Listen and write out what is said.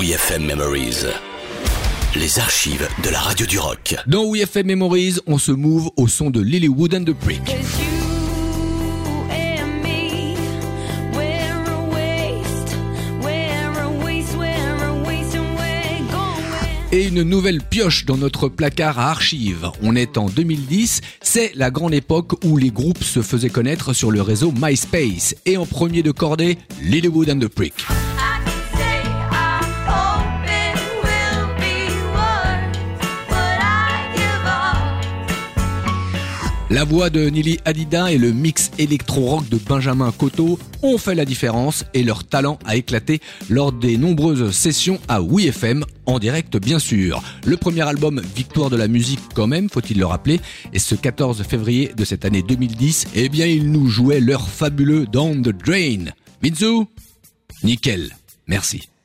WeFM Memories. Les archives de la radio du rock. Dans WeFM Memories, on se move au son de Lilywood and the Prick. Et une nouvelle pioche dans notre placard à archives. On est en 2010, c'est la grande époque où les groupes se faisaient connaître sur le réseau MySpace. Et en premier de cordée, Lilywood and the Prick. La voix de Nili Hadida et le mix électro-rock de Benjamin Coteau ont fait la différence et leur talent a éclaté lors des nombreuses sessions à WeFM, en direct bien sûr. Le premier album, Victoire de la musique quand même, faut-il le rappeler, et ce 14 février de cette année 2010, eh bien ils nous jouaient leur fabuleux Down the Drain. Vinzou, nickel, merci.